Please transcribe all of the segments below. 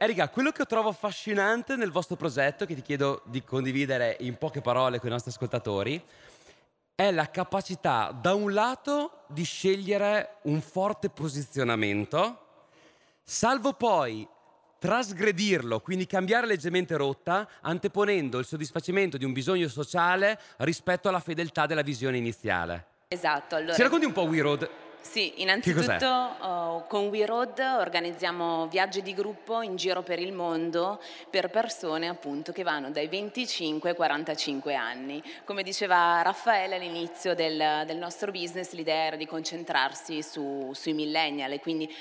Erika, quello che trovo affascinante nel vostro progetto, che ti chiedo di condividere in poche parole con i nostri ascoltatori, è la capacità, da un lato, di scegliere un forte posizionamento, salvo poi trasgredirlo, quindi cambiare leggermente rotta, anteponendo il soddisfacimento di un bisogno sociale rispetto alla fedeltà della visione iniziale. Esatto, Ci allora racconti un po' We Road? sì, Che cos'è? innanzitutto con We Road organizziamo viaggi di gruppo in giro per il mondo per persone appunto che vanno dai 25 ai 45 anni. Come diceva Raffaele all'inizio del nostro business, l'idea era di concentrarsi sui millennial e quindi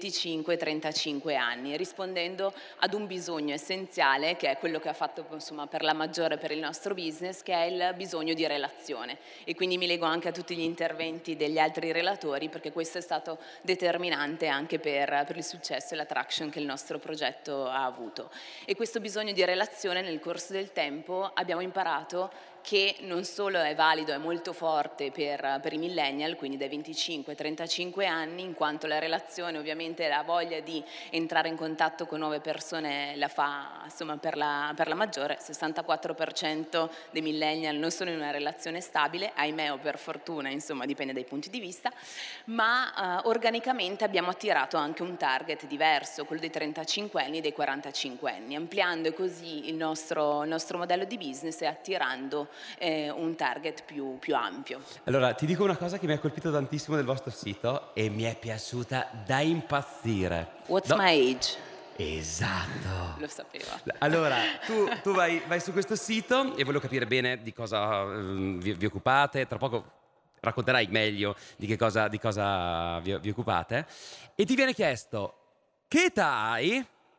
25-35 anni, rispondendo ad un bisogno essenziale che è quello che ha fatto insomma, per la maggiore per il nostro business, che è il bisogno di relazione. E quindi mi lego anche a tutti gli interventi degli altri relatori, perché questo è stato determinante anche per il successo e l'attraction che il nostro progetto ha avuto. E questo bisogno di relazione nel corso del tempo abbiamo imparato che non solo è valido, è molto forte per i millennial, quindi dai 25 ai 35 anni, in quanto la relazione, ovviamente la voglia di entrare in contatto con nuove persone la fa insomma, per la maggiore. 64% dei millennial non sono in una relazione stabile, ahimè o per fortuna, insomma dipende dai punti di vista, ma organicamente abbiamo attirato anche un target diverso, quello dei 35 anni e dei 45 anni, ampliando così il nostro modello di business e attirando un target più ampio. Allora, ti dico una cosa che mi ha colpito tantissimo del vostro sito e mi è piaciuta da impazzire. What's my age? Esatto. Lo sapeva. Allora, tu vai su questo sito e volevo capire bene di cosa vi occupate. Tra poco racconterai meglio di cosa vi occupate. E ti viene chiesto che età hai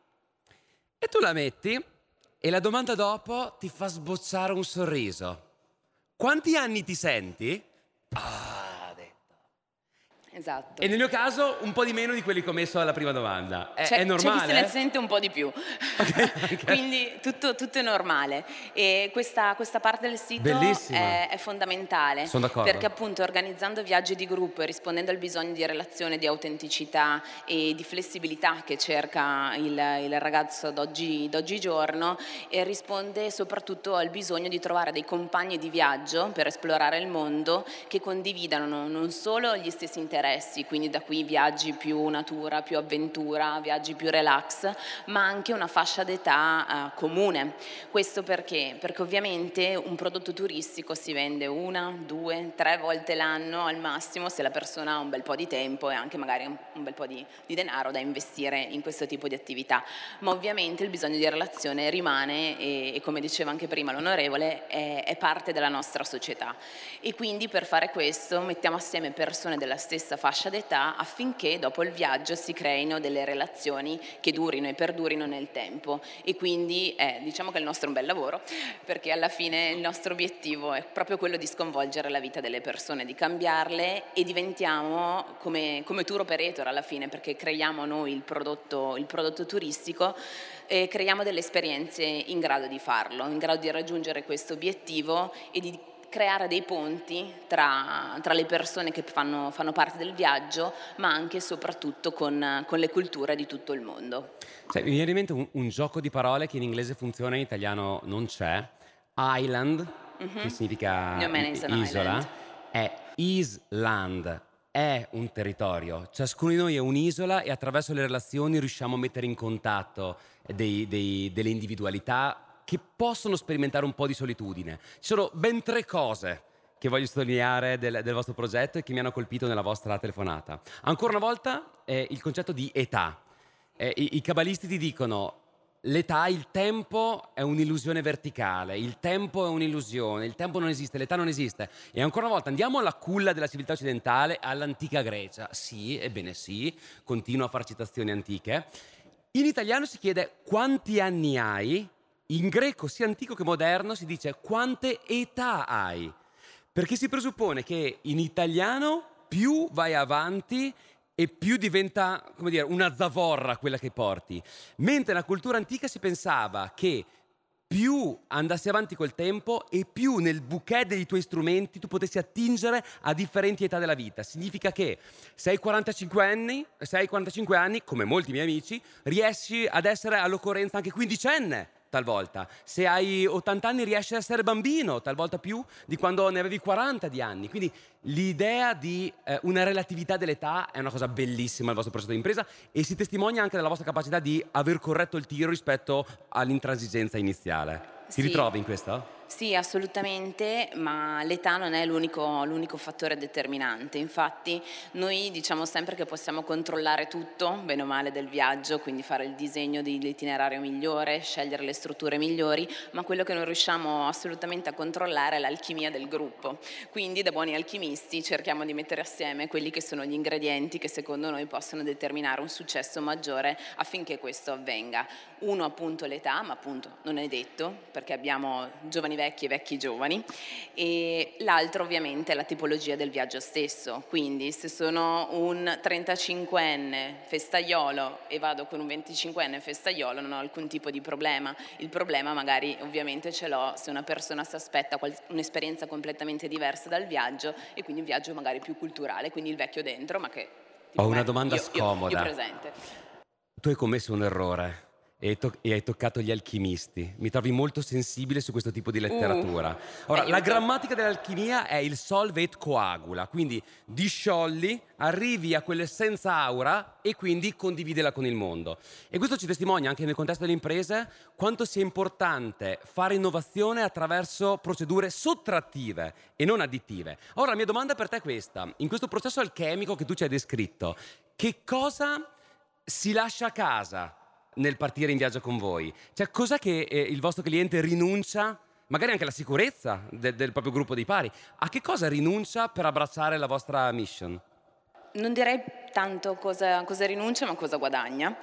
e tu la metti e la domanda dopo ti fa sbocciare un sorriso. Quanti anni ti senti? Ah, detto. Esatto. E nel mio caso un po' di meno di quelli che ho messo alla prima domanda. C'è È normale? C'è chi se ne sente un po' di più. Okay. Quindi tutto è normale. E questa parte del sito Bellissima. è fondamentale. Sono d'accordo. Perché appunto organizzando viaggi di gruppo e rispondendo al bisogno di relazione, di autenticità e di flessibilità che cerca il ragazzo d'oggigiorno, e risponde soprattutto al bisogno di trovare dei compagni di viaggio per esplorare il mondo che condividano non solo gli stessi interessi, quindi da qui viaggi più natura, più avventura, viaggi più relax, ma anche una fascia d'età comune. Questo perché? Perché ovviamente un prodotto turistico si vende 1, 2, 3 volte l'anno al massimo, se la persona ha un bel po' di tempo e anche magari un bel po' di denaro da investire in questo tipo di attività. Ma ovviamente il bisogno di relazione rimane e come diceva anche prima l'onorevole, è parte della nostra società. E quindi per fare questo mettiamo assieme persone della stessa fascia d'età affinché dopo il viaggio si creino delle relazioni che durino e perdurino nel tempo. E quindi diciamo che il nostro è un bel lavoro, perché alla fine il nostro obiettivo è proprio quello di sconvolgere la vita delle persone, di cambiarle, e diventiamo come tour operator alla fine, perché creiamo noi il prodotto turistico e creiamo delle esperienze in grado di farlo, in grado di raggiungere questo obiettivo e di creare dei ponti tra le persone che fanno parte del viaggio, ma anche e soprattutto con le culture di tutto il mondo. Cioè, mi viene in mente un gioco di parole che in inglese funziona, in italiano non c'è. Island, che significa No man is an isola, island. è Island, è un territorio. Ciascuno di noi è un'isola e attraverso le relazioni riusciamo a mettere in contatto delle individualità che possono sperimentare un po' di solitudine. Ci sono ben 3 cose che voglio sottolineare del vostro progetto e che mi hanno colpito nella vostra telefonata. Ancora una volta, il concetto di età. I cabalisti ti dicono l'età, il tempo è un'illusione verticale, il tempo è un'illusione, il tempo non esiste, l'età non esiste. E ancora una volta andiamo alla culla della civiltà occidentale, all'antica Grecia. Sì, ebbene sì, continuo a fare citazioni antiche. In italiano si chiede quanti anni hai. In greco, sia antico che moderno, si dice quante età hai, perché si presuppone che in italiano più vai avanti e più diventa, come dire, una zavorra quella che porti, mentre nella cultura antica si pensava che più andassi avanti col tempo e più nel bouquet dei tuoi strumenti tu potessi attingere a differenti età della vita. Significa che se hai 45 anni, come molti miei amici, riesci ad essere all'occorrenza anche quindicenne talvolta. Se hai 80 anni riesci ad essere bambino, talvolta più di quando ne avevi 40 di anni. Quindi l'idea di una relatività dell'età è una cosa bellissima al vostro progetto di impresa e si testimonia anche dalla vostra capacità di aver corretto il tiro rispetto all'intransigenza iniziale. Ti Sì. ritrovi in questo? Sì, assolutamente, ma l'età non è l'unico fattore determinante. Infatti noi diciamo sempre che possiamo controllare tutto, bene o male, del viaggio, quindi fare il disegno dell'itinerario migliore, scegliere le strutture migliori, ma quello che non riusciamo assolutamente a controllare è l'alchimia del gruppo. Quindi da buoni alchimisti cerchiamo di mettere assieme quelli che sono gli ingredienti che secondo noi possono determinare un successo maggiore affinché questo avvenga. Uno appunto l'età, ma appunto non è detto, perché abbiamo giovani vecchi e vecchi giovani, e l'altro ovviamente è la tipologia del viaggio stesso. Quindi se sono un 35enne festaiolo e vado con un 25enne festaiolo non ho alcun tipo di problema. Il problema magari ovviamente ce l'ho se una persona si aspetta un'esperienza completamente diversa dal viaggio e quindi un viaggio magari più culturale, quindi il vecchio dentro, ma che tipo Ho una domanda io scomoda. presente. Tu hai commesso un errore e hai toccato gli alchimisti. Mi trovi molto sensibile su questo tipo di letteratura. Ora, la aiuto. grammatica dell'alchimia è il solve et coagula, quindi disciolli, arrivi a quell'essenza aura e quindi condividila con il mondo. E questo ci testimonia anche nel contesto delle imprese quanto sia importante fare innovazione attraverso procedure sottrattive e non additive. Ora, la mia domanda per te è questa. In questo processo alchemico che tu ci hai descritto, che cosa si lascia a casa nel partire in viaggio con voi? Cioè, cos'è che il vostro cliente rinuncia, magari anche la sicurezza del proprio gruppo di pari, a che cosa rinuncia per abbracciare la vostra mission? Non direi tanto cosa rinuncia, ma cosa guadagna.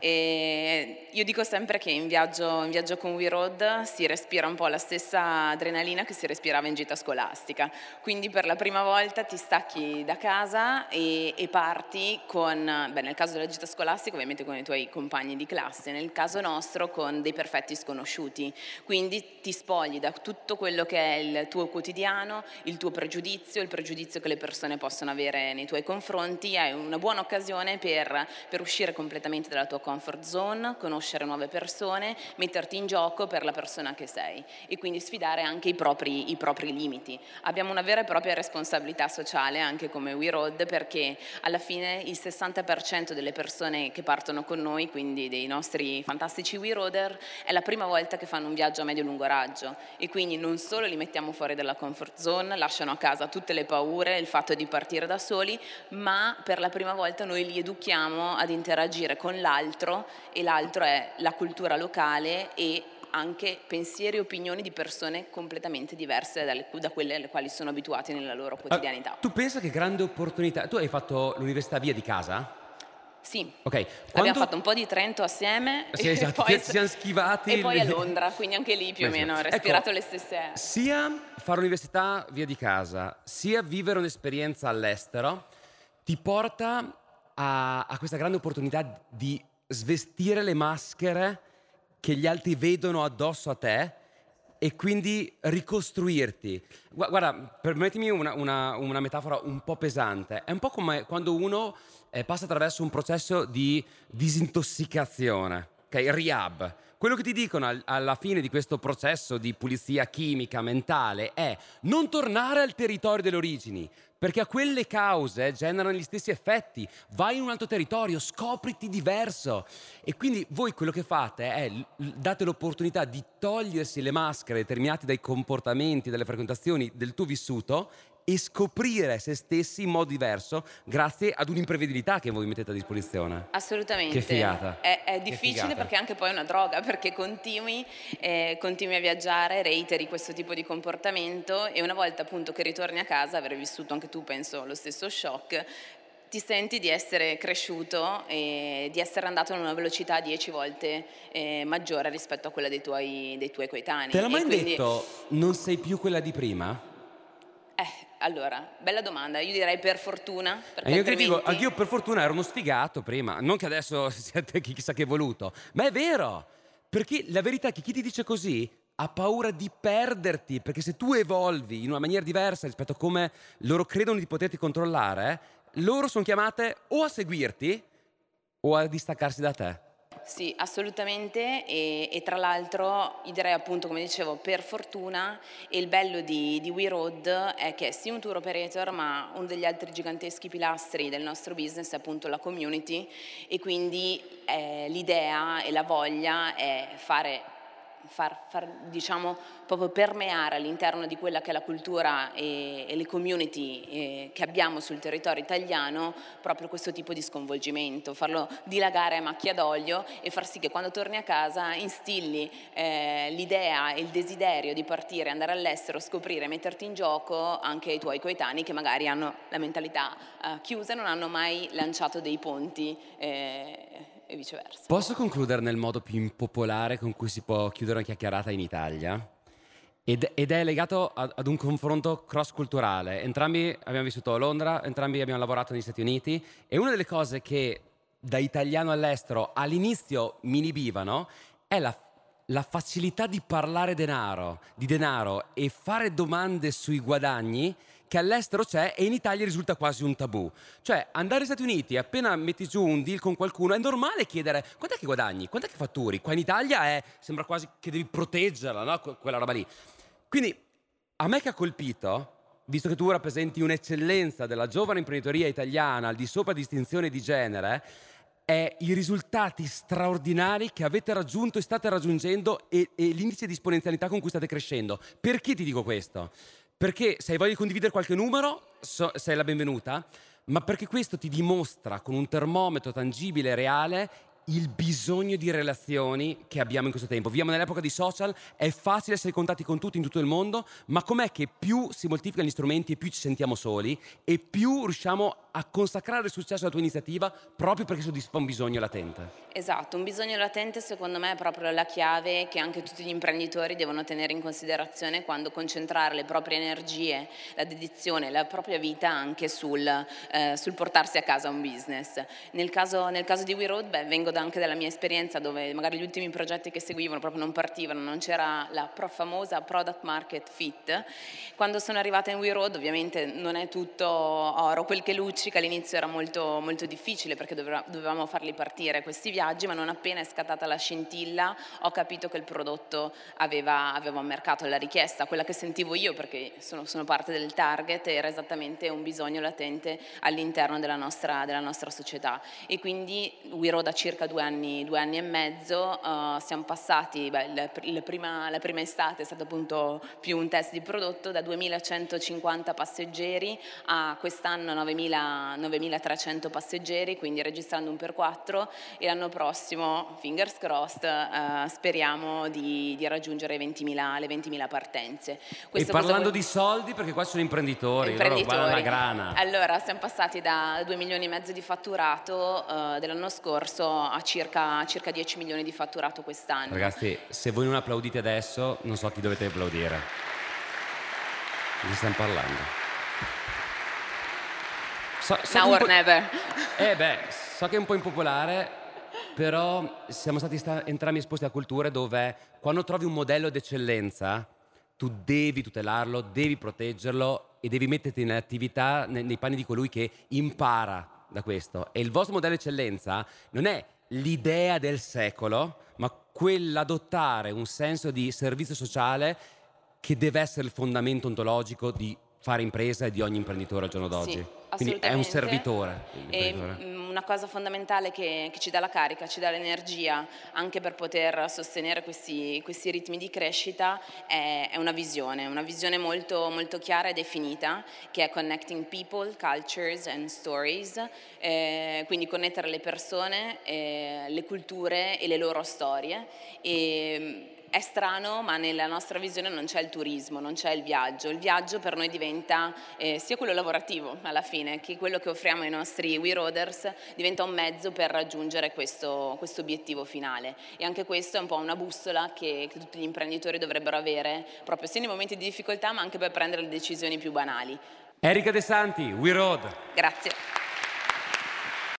E io dico sempre che in viaggio con We Road si respira un po' la stessa adrenalina che si respirava in gita scolastica. Quindi per la prima volta ti stacchi da casa e parti con, nel caso della gita scolastica ovviamente con i tuoi compagni di classe, nel caso nostro con dei perfetti sconosciuti. Quindi ti spogli da tutto quello che è il tuo quotidiano, il tuo pregiudizio, il pregiudizio che le persone possono avere nei tuoi confronti. È una buona occasione per uscire completamente dalla tua comfort zone, conoscere nuove persone, metterti in gioco per la persona che sei e quindi sfidare anche i propri limiti. Abbiamo una vera e propria responsabilità sociale anche come We Road, perché alla fine il 60% delle persone che partono con noi, quindi dei nostri fantastici We Roader, è la prima volta che fanno un viaggio a medio-lungo raggio e quindi non solo li mettiamo fuori dalla comfort zone, lasciano a casa tutte le paure, il fatto di partire da soli, ma per la prima volta noi li educhiamo ad interagire con l'altro e l'altro è la cultura locale e anche pensieri e opinioni di persone completamente diverse da quelle alle quali sono abituati nella loro quotidianità. Tu pensa che grande opportunità. Tu hai fatto l'università via di casa? Sì, Ok. abbiamo fatto un po' di Trento assieme Sì, e esatto, poi, ci siamo schivati e poi a Londra, quindi anche lì più o meno ho respirato Ecco, le stesse. sia fare l'università via di casa, sia vivere un'esperienza all'estero, ti porta a questa grande opportunità di svestire le maschere che gli altri vedono addosso a te e quindi ricostruirti. Guarda, permettimi una metafora un po' pesante. È un po' come quando uno passa attraverso un processo di disintossicazione, ok? Rehab. Quello che ti dicono alla fine di questo processo di pulizia chimica, mentale, è non tornare al territorio delle origini, perché a quelle cause generano gli stessi effetti. Vai in un altro territorio, scopriti diverso. E quindi voi quello che fate è date l'opportunità di togliersi le maschere determinate dai comportamenti, dalle frequentazioni del tuo vissuto e scoprire se stessi in modo diverso grazie ad un'imprevedibilità che voi mettete a disposizione. Assolutamente. Che figata. È difficile figata. perché anche poi è una droga, perché continui a viaggiare, reiteri questo tipo di comportamento e una volta appunto che ritorni a casa, avrai vissuto anche tu penso lo stesso shock, ti senti di essere cresciuto e di essere andato a una velocità 10 volte maggiore rispetto a quella dei tuoi coetanei. Te l'ho mai quindi, detto non sei più quella di prima? allora, bella domanda, io direi per fortuna, perché Io altrimenti... dico, anch'io per fortuna ero uno sfigato prima, non che adesso siete chissà che voluto, ma è vero, perché la verità è che chi ti dice così ha paura di perderti, perché se tu evolvi in una maniera diversa rispetto a come loro credono di poterti controllare, loro son chiamate o a seguirti o a distaccarsi da te. Sì, assolutamente e tra l'altro io direi appunto, come dicevo, per fortuna e il bello di We Road è che sì un tour operator, ma uno degli altri giganteschi pilastri del nostro business è appunto la community e quindi l'idea e la voglia è far diciamo proprio permeare all'interno di quella che è la cultura e le community che abbiamo sul territorio italiano proprio questo tipo di sconvolgimento, farlo dilagare a macchia d'olio e far sì che quando torni a casa instilli l'idea e il desiderio di partire, andare all'estero, scoprire, metterti in gioco anche ai tuoi coetanei che magari hanno la mentalità chiusa e non hanno mai lanciato dei ponti e viceversa. Posso concludere nel modo più impopolare con cui si può chiudere una chiacchierata in Italia? Ed è legato ad un confronto cross-culturale. Entrambi abbiamo vissuto a Londra, entrambi abbiamo lavorato negli Stati Uniti e una delle cose che da italiano all'estero all'inizio mi inibivano è la facilità di parlare di denaro e fare domande sui guadagni che all'estero c'è e in Italia risulta quasi un tabù. Cioè, andare negli Stati Uniti, appena metti giù un deal con qualcuno, è normale chiedere quant'è che guadagni, quant'è che fatturi. Qua in Italia sembra quasi che devi proteggerla, no? Quella roba lì. Quindi, a me che ha colpito, visto che tu rappresenti un'eccellenza della giovane imprenditoria italiana al di sopra di distinzione di genere, è i risultati straordinari che avete raggiunto e state raggiungendo e l'indice di esponenzialità con cui state crescendo. Perché ti dico questo? Perché se hai voglia di condividere qualche numero, sei la benvenuta, ma perché questo ti dimostra con un termometro tangibile e reale il bisogno di relazioni che abbiamo in questo tempo. Viviamo nell'epoca di social, è facile essere in contatti con tutti in tutto il mondo, ma com'è che più si moltiplicano gli strumenti e più ci sentiamo soli e più riusciamo a consacrare il successo della tua iniziativa proprio perché soddisfa un bisogno latente? Esatto, un bisogno latente secondo me è proprio la chiave che anche tutti gli imprenditori devono tenere in considerazione quando concentrare le proprie energie, la dedizione, la propria vita anche sul portarsi a casa un business. Nel caso di We Road, vengo anche dalla mia esperienza dove magari gli ultimi progetti che seguivano proprio non partivano, non c'era la famosa product market fit. Quando sono arrivata in We Road ovviamente non è tutto oro quel che luccica, all'inizio era molto, molto difficile perché dovevamo farli partire questi viaggi, ma non appena è scattata la scintilla ho capito che il prodotto aveva un mercato, la richiesta, quella che sentivo io perché sono parte del target, era esattamente un bisogno latente all'interno della nostra società e quindi We Road ha circa 2 anni e mezzo, siamo passati, la prima estate è stato appunto più un test di prodotto, da 2150 passeggeri a quest'anno 9300 passeggeri, quindi registrando un per 4 e l'anno prossimo, fingers crossed, speriamo di raggiungere le 20.000 partenze. Questo e parlando di soldi, perché qua sono imprenditori. Loro guardano la grana. Allora, siamo passati da 2 milioni e mezzo di fatturato dell'anno scorso a circa 10 milioni di fatturato quest'anno. Ragazzi, se voi non applaudite adesso, non so a chi dovete applaudire. Di che stiamo parlando? Now or never. So che è un po' impopolare, però siamo stati entrambi esposti a culture dove quando trovi un modello d'eccellenza, tu devi tutelarlo, devi proteggerlo e devi metterti in attività nei panni di colui che impara da questo. E il vostro modello d'eccellenza non è l'idea del secolo, ma quell'adottare un senso di servizio sociale che deve essere il fondamento ontologico di fare impresa e di ogni imprenditore al giorno d'oggi. Sì, quindi è un servitore. E una cosa fondamentale che ci dà la carica, ci dà l'energia anche per poter sostenere questi ritmi di crescita è una visione molto, molto chiara e definita che è Connecting People, Cultures and Stories, quindi connettere le persone, le culture e le loro storie. È strano, ma nella nostra visione non c'è il turismo, non c'è il viaggio. Il viaggio per noi diventa sia quello lavorativo alla fine, che quello che offriamo ai nostri We Roaders diventa un mezzo per raggiungere questo obiettivo finale. E anche questo è un po' una bussola che tutti gli imprenditori dovrebbero avere, proprio sia nei momenti di difficoltà, ma anche per prendere le decisioni più banali. Erika De Santi, We Road. Grazie.